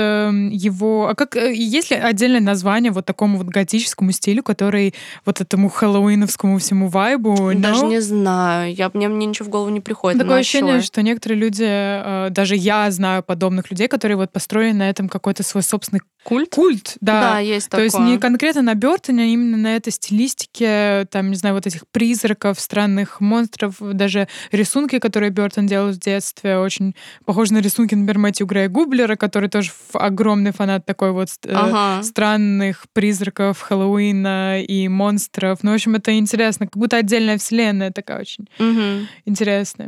его... А как... Есть ли отдельное название вот такому вот готическому стилю, который вот этому хэллоуиновскому всему вайбу? Даже не знаю. Мне ничего в голову не приходит. Такое ощущение, что некоторые люди, даже я знаю подобных людей, которые вот построили на этом какой-то свой собственный культ, да. Да, есть такое. То есть не конкретно на Бёртоне, а именно на этой стилистике, там, не знаю, вот этих призраков, странных монстров, даже рисунки, которые Бёртон делал в детстве, очень похожи на рисунки, например, Мэтью Грея Гублера, который тоже огромный фанат такой вот странных призраков, Хэллоуина и монстров. В общем, это интересно, как будто отдельная вселенная такая очень интересная.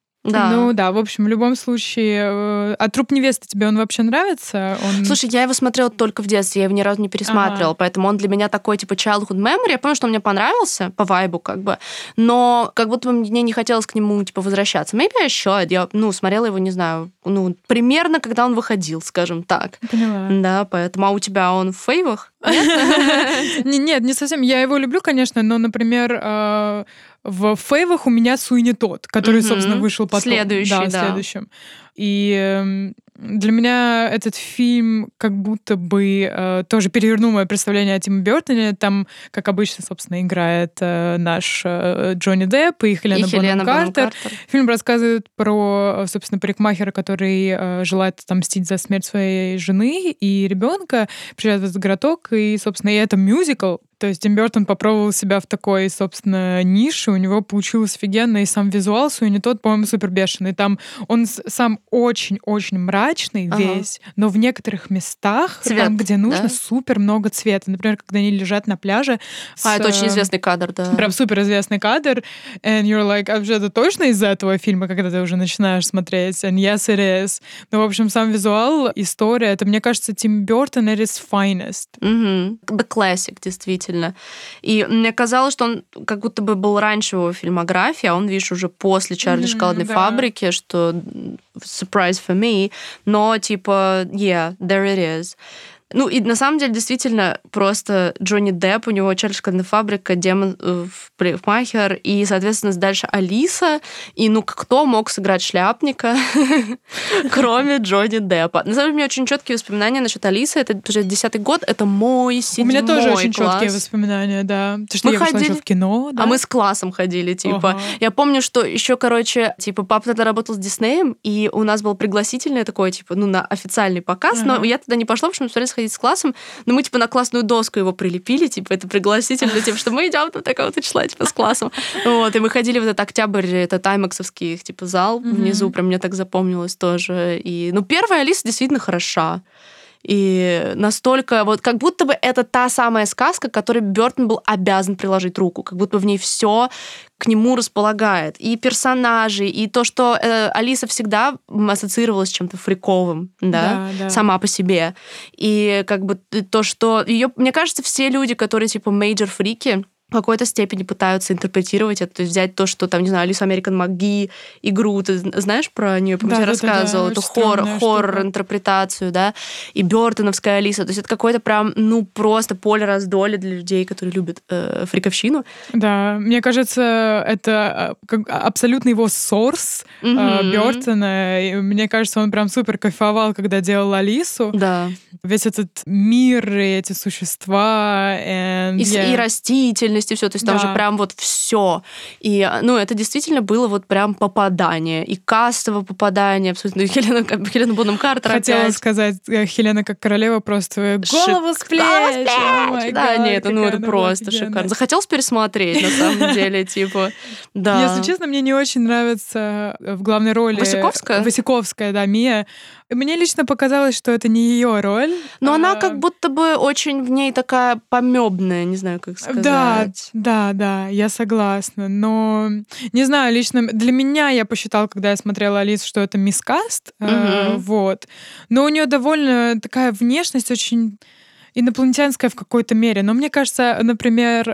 Да. В общем, в любом случае... А «Труп невесты» тебе он вообще нравится? Слушай, я его смотрела только в детстве, я его ни разу не пересматривала, поэтому он для меня такой, типа, childhood memory. Я помню, что он мне понравился по вайбу, как бы, но как будто бы мне не хотелось к нему, типа, возвращаться. Maybe I should. Я, смотрела его, не знаю, примерно, когда он выходил, скажем так. Поняла. Да, поэтому... А у тебя он в фейвах? Нет, не совсем. Я его люблю, конечно, но, например... В фейвах у меня Суини Тодд, который, собственно, вышел потом. Следующим. И для меня этот фильм как будто бы тоже перевернул мое представление о Тиме Бёртоне. Там, как обычно, собственно, играет наш Джонни Депп и Хелена Бонем Картер. Фильм рассказывает про, собственно, парикмахера, который желает отомстить за смерть своей жены и ребенка. Приезжает в этот городок, и, собственно, и это мюзикл. То есть Тим Бёртон попробовал себя в такой, собственно, нише, у него получилось офигенно, и сам визуал Суини Тодд, по-моему, супер бешеный. Там он сам очень-очень мрачный весь, но в некоторых местах, цвет, там, где нужно, супер много цвета. Например, когда они лежат на пляже. Это очень известный кадр, да. Прям супер известный кадр. And you're like, а это точно из-за этого фильма, когда ты уже начинаешь смотреть? And yes, it is. Ну, в общем, сам визуал, история, это, мне кажется, Тим Бёртон at his finest. The classic, действительно. И мне казалось, что он как будто бы был раньше его фильмографии, а он, видишь, уже после «Чарли и шоколадной фабрики», что surprise for me, но типа, yeah, there it is. Ну, и на самом деле, действительно, просто Джонни Депп, у него «Чарли и шоколадная фабрика», «Демон в парикмахер», и, соответственно, дальше Алиса, и, ну, кто мог сыграть шляпника, кроме Джонни Деппа. На самом деле, у меня очень четкие воспоминания насчет Алисы, это 10-й год, это мой 7-й класс. У меня тоже очень четкие воспоминания, да. Потому что я вышла еще в кино, да. А мы с классом ходили, типа. Я помню, что еще, короче, типа, папа тогда работал с Диснеем, и у нас был пригласительный такой, типа, ну, на официальный показ, но я тогда не пошла, потому что мы смотрели с классом, но мы, типа, на классную доску его прилепили, типа, это пригласительно, типа, что мы идем до такого-то числа, типа, с классом. Вот, и мы ходили в этот Октябрь, это аймаксовский, типа, зал внизу, прям мне так запомнилось тоже. И, ну, первая Алиса действительно хороша. И настолько, вот как будто бы это та самая сказка, к которой Бёртон был обязан приложить руку, как будто бы в ней все к нему располагает. И персонажи, и то, что Алиса всегда ассоциировалась с чем-то фриковым, да, сама по себе. И как бы то, что ее, мне кажется, все люди, которые типа мейджор-фрики, в какой-то степени пытаются интерпретировать это, то есть взять то, что там, не знаю, Алиса Американ МcGee, игру, ты знаешь про нее, я рассказывала, эту хоррор-интерпретацию, да, и бёртоновская Алиса, то есть это какой-то прям, ну, просто поле раздолья для людей, которые любят фриковщину. Да, мне кажется, это абсолютно его сорс Бёртона, и мне кажется, он прям супер кайфовал, когда делал Алису. Да. Весь этот мир, и эти существа, и растительность, и все, то есть там же прям вот все. И, ну, это действительно было вот прям попадание, и кастово попадание, абсолютно. Хелена Бонем Картер хотела опять. сказать, Хелена как королева просто голову с плеч! Да, нет, ну это просто шикарно. Захотелось пересмотреть, на самом деле, типа, да. Если честно, мне не очень нравится в главной роли... Васиковская, да, Мия. Мне лично показалось, что это не ее роль. Но она как будто бы очень в ней такая помёбная, не знаю, как сказать. Да, я согласна. Но, не знаю, лично для меня я посчитала, когда я смотрела Алису, что это мискаст. Вот. Но у нее довольно такая внешность очень инопланетянская в какой-то мере. Но мне кажется, например,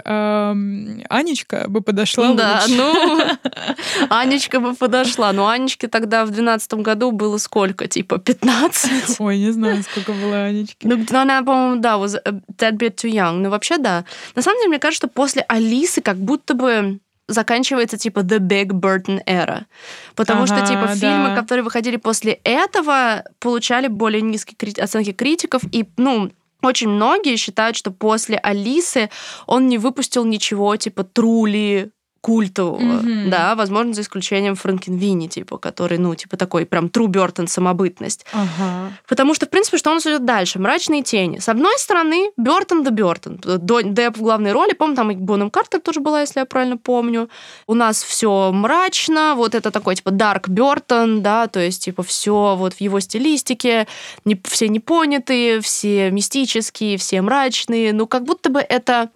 Анечка бы подошла лучше. Да, ну, Анечка бы подошла. Но Анечке тогда в 12-м году было сколько? Типа 15? Ой, не знаю, сколько было Анечки. Ну, она, по-моему, да, was a tad bit too young. Ну, вообще, да. На самом деле, мне кажется, что после Алисы как будто бы заканчивается, типа, The Big Burton Era. Потому что, типа, фильмы, которые выходили после этого, получали более низкие оценки критиков. И, ну, очень многие считают, что после Алисы он не выпустил ничего, типа, трули культового, да, возможно, за исключением Франкенвини, типа, который, ну, типа, такой прям Тру Бёртон самобытность. Потому что, в принципе, что у нас идет дальше? «Мрачные тени». С одной стороны, Бёртон да Бёртон. Депп в главной роли, помню, там и Бонем Картер тоже была, если я правильно помню. У нас все мрачно, вот это такой, типа, Дарк Бёртон, да, то есть, типа, все вот в его стилистике, все непонятые, все мистические, все мрачные, ну, как будто бы это...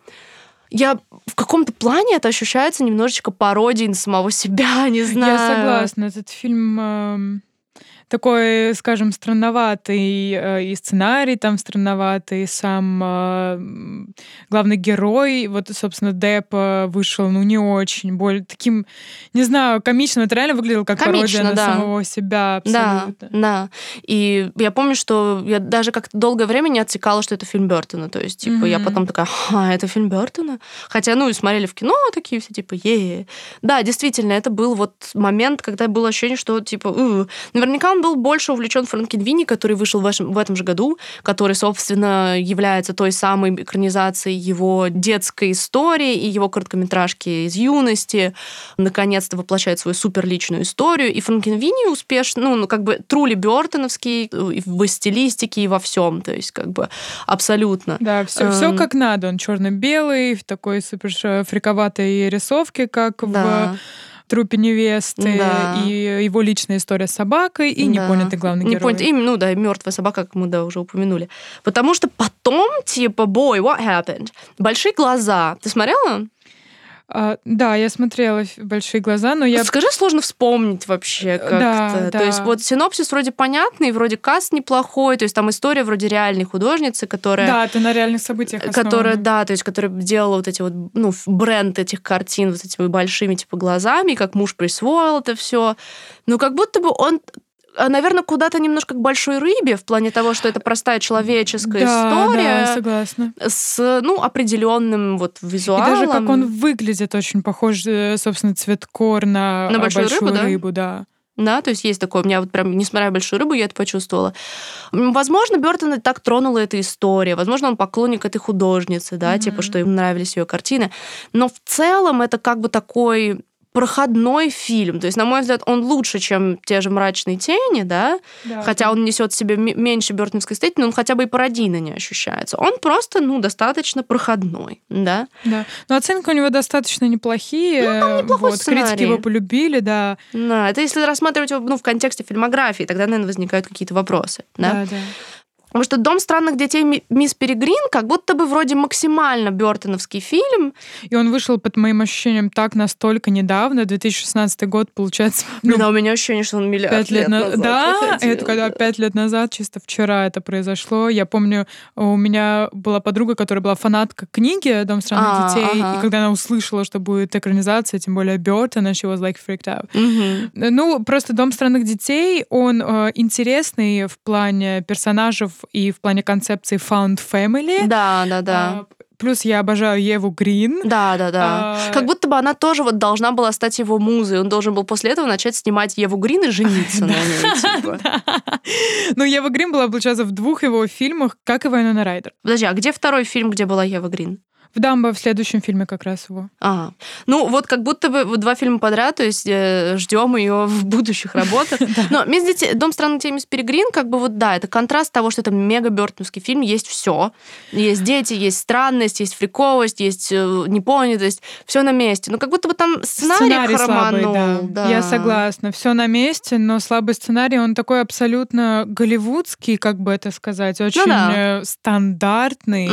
В каком-то плане это ощущается немножечко пародией на самого себя, не знаю. Я согласна. Этот фильм такой, скажем, странноватый, и сценарий там странноватый, и сам главный герой, вот, собственно, Депп вышел, ну, не очень, более таким, не знаю, комичным. Это реально выглядело как пародия на самого себя абсолютно. Да. И я помню, что я даже как-то долгое время не отсекала, что это фильм Бёртона. То есть, типа, я потом такая, это фильм Бёртона? Хотя, ну, и смотрели в кино такие все, типа, Да, действительно, это был вот момент, когда было ощущение, что, типа, наверняка он он был больше увлечен Франкенвини, который вышел в этом же году, который, собственно, является той самой экранизацией его детской истории и его короткометражки из юности. Наконец-то воплощает свою суперличную историю. И Франкенвини успешно, как бы трули бёртоновский в стилистике и во всем, то есть как бы абсолютно. Да, все как надо. Он черно-белый, в такой супер фриковатой рисовке, как в «Трупе невесты», и его личная история с собакой, и непонятый главный герой. И мертвая собака, как мы уже упомянули. Потому что потом, boy, what happened? «Большие глаза». Ты смотрела? Да, я смотрела «Большие глаза», но я... Скажи, сложно вспомнить вообще как-то. Да. То есть вот синопсис вроде понятный, вроде каст неплохой, то есть там история вроде реальной художницы, которая... Да, это на реальных событиях основано. Которая делала вот эти вот, бренд этих картин вот этими большими глазами, как муж присвоил это все. Но как будто бы он... наверное, куда-то немножко к «Большой рыбе» в плане того, что это простая человеческая история. Да, согласна. С, определенным вот визуалом. И даже как он выглядит очень похож, собственно, цветкор на большую рыбу, да. Да, то есть есть такое. У меня вот прям, несмотря на «Большую рыбу», я это почувствовала. Возможно, Бёртона так тронула эта история. Возможно, он поклонник этой художницы, да, что ему нравились ее картины. Но в целом это как бы такой... проходной фильм. То есть, на мой взгляд, он лучше, чем те же «Мрачные тени», да? Хотя он несет в себе меньше бёртоновской эстетики, но он хотя бы и пародийно не ощущается. Он просто, достаточно проходной, да? Да. Но оценки у него достаточно неплохие. Там неплохой сценарий. Критики его полюбили, да. Да, это если рассматривать его в контексте фильмографии, тогда, наверное, возникают какие-то вопросы. Да. Потому что «Дом странных детей» мисс Перегрин как будто бы вроде максимально бёртоновский фильм. И он вышел, по моим ощущениям, так настолько недавно, 2016 год, получается. У меня ощущение, что он миллиард лет назад. Да, это когда 5 лет назад, чисто вчера это произошло. Я помню, у меня была подруга, которая была фанатка книги «Дом странных детей», и когда она услышала, что будет экранизация, тем более Бёртона, she was like freaked out. Просто «Дом странных детей», он интересный в плане персонажей и в плане концепции found family. Да. Плюс я обожаю Еву Грин. Да. Как будто бы она тоже вот должна была стать его музой. Он должен был после этого начать снимать Еву Грин и жениться на ней. Ну, Ева Грин была, получается, в 2 его фильмах, как и «Вайнона Райдер». Подожди, а где второй фильм, где была Ева Грин? В «Дамбо» в следующем фильме как раз его. Вот как будто бы 2 фильма подряд, то есть ждем ее в будущих работах. Но «Дом странных детей» мисс Перегрин, как бы это контраст того, что это мега бёртоновский фильм, есть все. Есть дети, есть странность, есть фриковость, есть непонятость, все на месте. Но как будто бы там сценарий хроманул. Слабый, да. Я согласна. Все на месте, но слабый сценарий, он такой абсолютно голливудский, как бы это сказать, очень стандартный.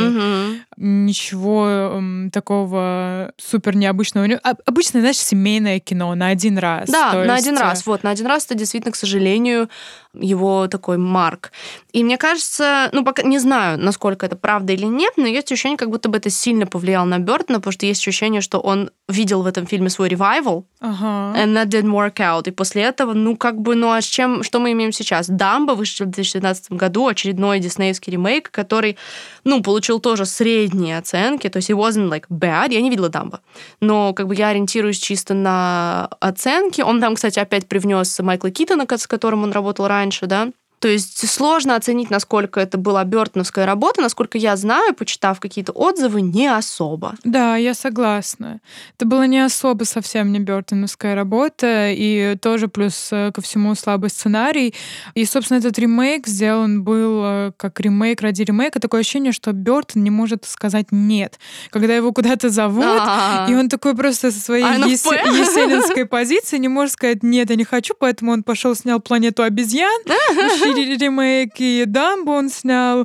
Ничего такого супер необычного. Обычно, знаешь, семейное кино на один раз. Да, на один раз. На один раз это действительно, к сожалению, его такой марк. И мне кажется, пока не знаю, насколько это правда или нет, но есть ощущение, как будто бы это сильно повлияло на Бёртона, потому что есть ощущение, что он видел в этом фильме свой ревайвал, and that didn't work out. И после этого, что мы имеем сейчас? «Дамбо» вышел в 2019 году, очередной диснеевский ремейк, который, получил тоже средние оценки, то есть it wasn't bad. Я не видела «Дамбо», но как бы я ориентируюсь чисто на оценки. Он там, кстати, опять привнес Майкла Китона, с которым он работал раньше, да. То есть сложно оценить, насколько это была бёртоновская работа. Насколько я знаю, почитав какие-то отзывы, не особо. Да, я согласна. Это была не особо совсем не бёртоновская работа, и тоже плюс ко всему слабый сценарий. И, собственно, этот ремейк сделан был как ремейк ради ремейка. Такое ощущение, что Бёртон не может сказать «нет». Когда его куда-то зовут, и он такой просто со своей есенинской позиции не может сказать «нет, я не хочу», поэтому он пошел снял «Планету обезьян», ремейк, и «Дамбо» он снял.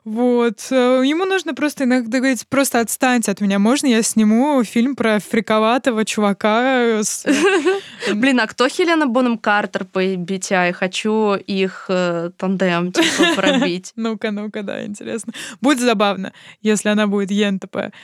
Ему нужно просто иногда говорить: просто отстаньте от меня, можно я сниму фильм про фриковатого чувака? Блин, а кто Хелена Бонем Картер по BTI? Хочу их тандем пробить. Ну-ка, да, интересно. Будет забавно, если она будет ЕНТП.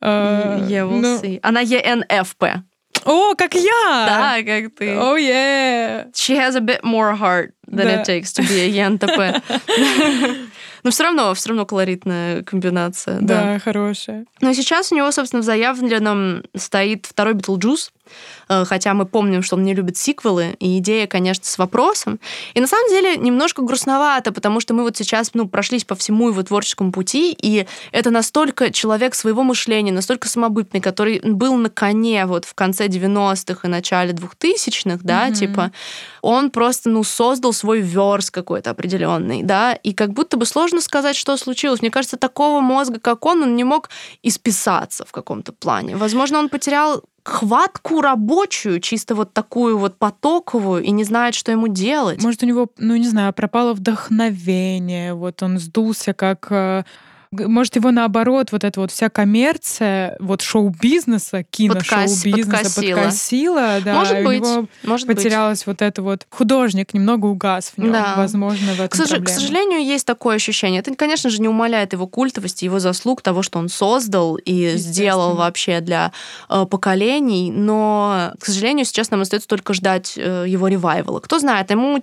Она ЕНФП. О, как я! Да, как ты. Oh, yeah! She has a bit more heart than it takes to be a ЕНТП. Но все равно колоритная комбинация. Да, хорошая. Но сейчас у него, собственно, в заявленном стоит второй Битлджус, хотя мы помним, что он не любит сиквелы, и идея, конечно, с вопросом. И на самом деле немножко грустновато, потому что мы вот сейчас прошлись по всему его творческому пути, и это настолько человек своего мышления, настолько самобытный, который был на коне вот в конце 90-х и начале 2000-х, да, типа, он просто, создал свой верс какой-то определенный, да, и как будто бы сложно сказать, что случилось. Мне кажется, такого мозга, как он не мог исписаться в каком-то плане. Возможно, он потерял хватку рабочую, чисто вот такую вот потоковую, и не знает, что ему делать. Может, у него, не знаю, пропало вдохновение, вот он сдулся как... Может, его наоборот, вот эта вот вся коммерция, вот шоу-бизнеса, кино-шоу-бизнеса подкосила, да, может и быть, у него может потерялось вот это вот... Художник немного угас в нем, да. Возможно, в этом проблема. К сожалению, есть такое ощущение. Это, конечно же, не умаляет его культовости, его заслуг, того, что он создал и сделал вообще для поколений, но, к сожалению, сейчас нам остается только ждать его ревайвала. Кто знает, ему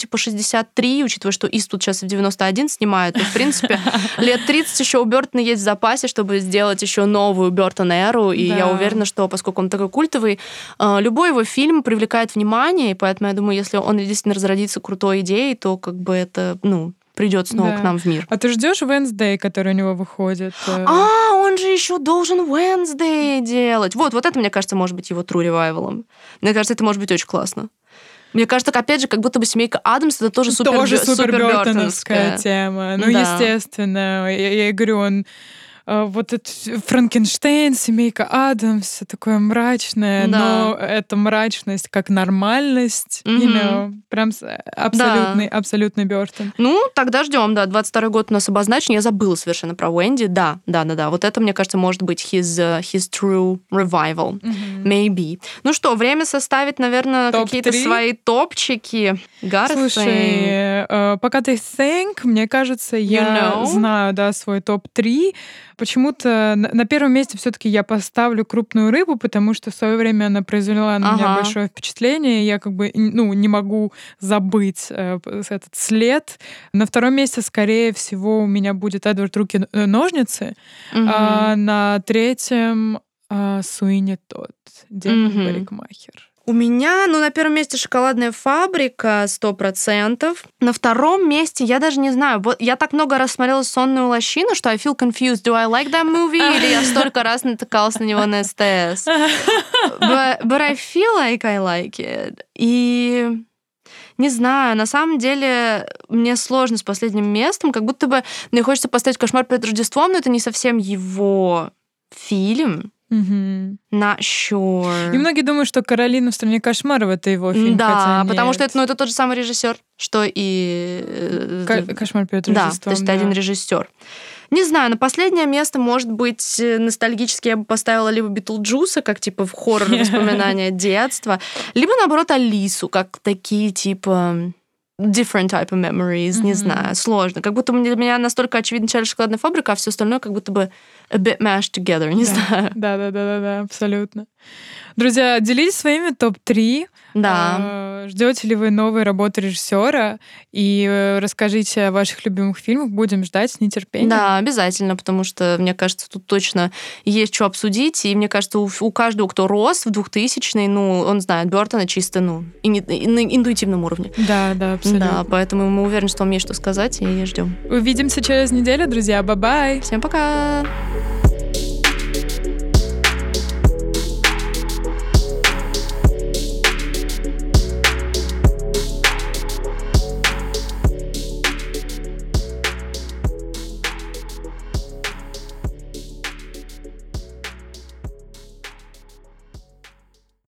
63, учитывая, что Иствуд сейчас в 91 снимает, то, в принципе, лет 30 еще у Бёртона есть в запасе, чтобы сделать еще новую Бёртон-эру, и я уверена, что поскольку он такой культовый, любой его фильм привлекает внимание, и поэтому я думаю, если он действительно разродится крутой идеей, то как бы это, придет снова к нам в мир. А ты ждешь Wednesday, который у него выходит? Он же еще должен Wednesday делать. Вот это, мне кажется, может быть его true revival. Мне кажется, это может быть очень классно. Мне кажется, опять же, как будто бы «Семейка Адамс» — это тоже супер бёртоновская тема. Естественно. Я говорю, он... Вот этот Франкенштейн, «Семейка Адамс», такое мрачное, но эта мрачность как нормальность, прям абсолютный Бёртон. Тогда ждем, 22-й год у нас обозначен. Я забыла совершенно про Уэнди. Да. Вот это, мне кажется, может быть his true revival. Maybe. Что, время составить, наверное, какие-то свои топчики. Слушай, пока ты think, мне кажется, я знаю, свой топ-3. Почему-то на первом месте все-таки я поставлю «Крупную рыбу», потому что в свое время она произвела на меня большое впечатление. Я как бы не могу забыть этот след. На втором месте, скорее всего, у меня будет «Эдвард. Руки-ножницы». А на третьем Суини Тодд, Демон Парикмахер. У меня, на первом месте «Шоколадная фабрика» 100%. На втором месте, я даже не знаю, я так много раз смотрела «Сонную лощину», что I feel confused. Do I like that movie? Или я столько раз натыкалась на него на СТС? But I feel like I like it. И... Не знаю, на самом деле мне сложно с последним местом, как будто бы мне хочется поставить «Кошмар перед Рождеством», но это не совсем его фильм. Not sure. И многие думают, что «Каролина в стране кошмаров» — это его фильм. Да, потому что это тот же самый режиссер, что и... «Кошмар перед Рождеством». Да, то есть это один режиссер. Не знаю, на последнее место, может быть, ностальгически я бы поставила либо Битлджуса, как типа в хоррор воспоминания детства, либо, наоборот, Алису, как такие типа... different type of memories, не знаю, сложно. Как будто для меня настолько очевидно «Чарли шоколадная фабрика», а все остальное как будто бы a bit mashed together, не знаю. Да, абсолютно. Друзья, делитесь своими топ-3. Да. Ждете ли вы новые работы режиссера? И расскажите о ваших любимых фильмах. Будем ждать с нетерпением. Да, обязательно, потому что, мне кажется, тут точно есть что обсудить. И мне кажется, у каждого, кто рос в 2000-е, он знает Бёртона чисто, на интуитивном уровне. Да, абсолютно. Да, поэтому мы уверены, что он есть что сказать, и ждем. Увидимся через неделю, друзья. Бай-бай. Всем пока.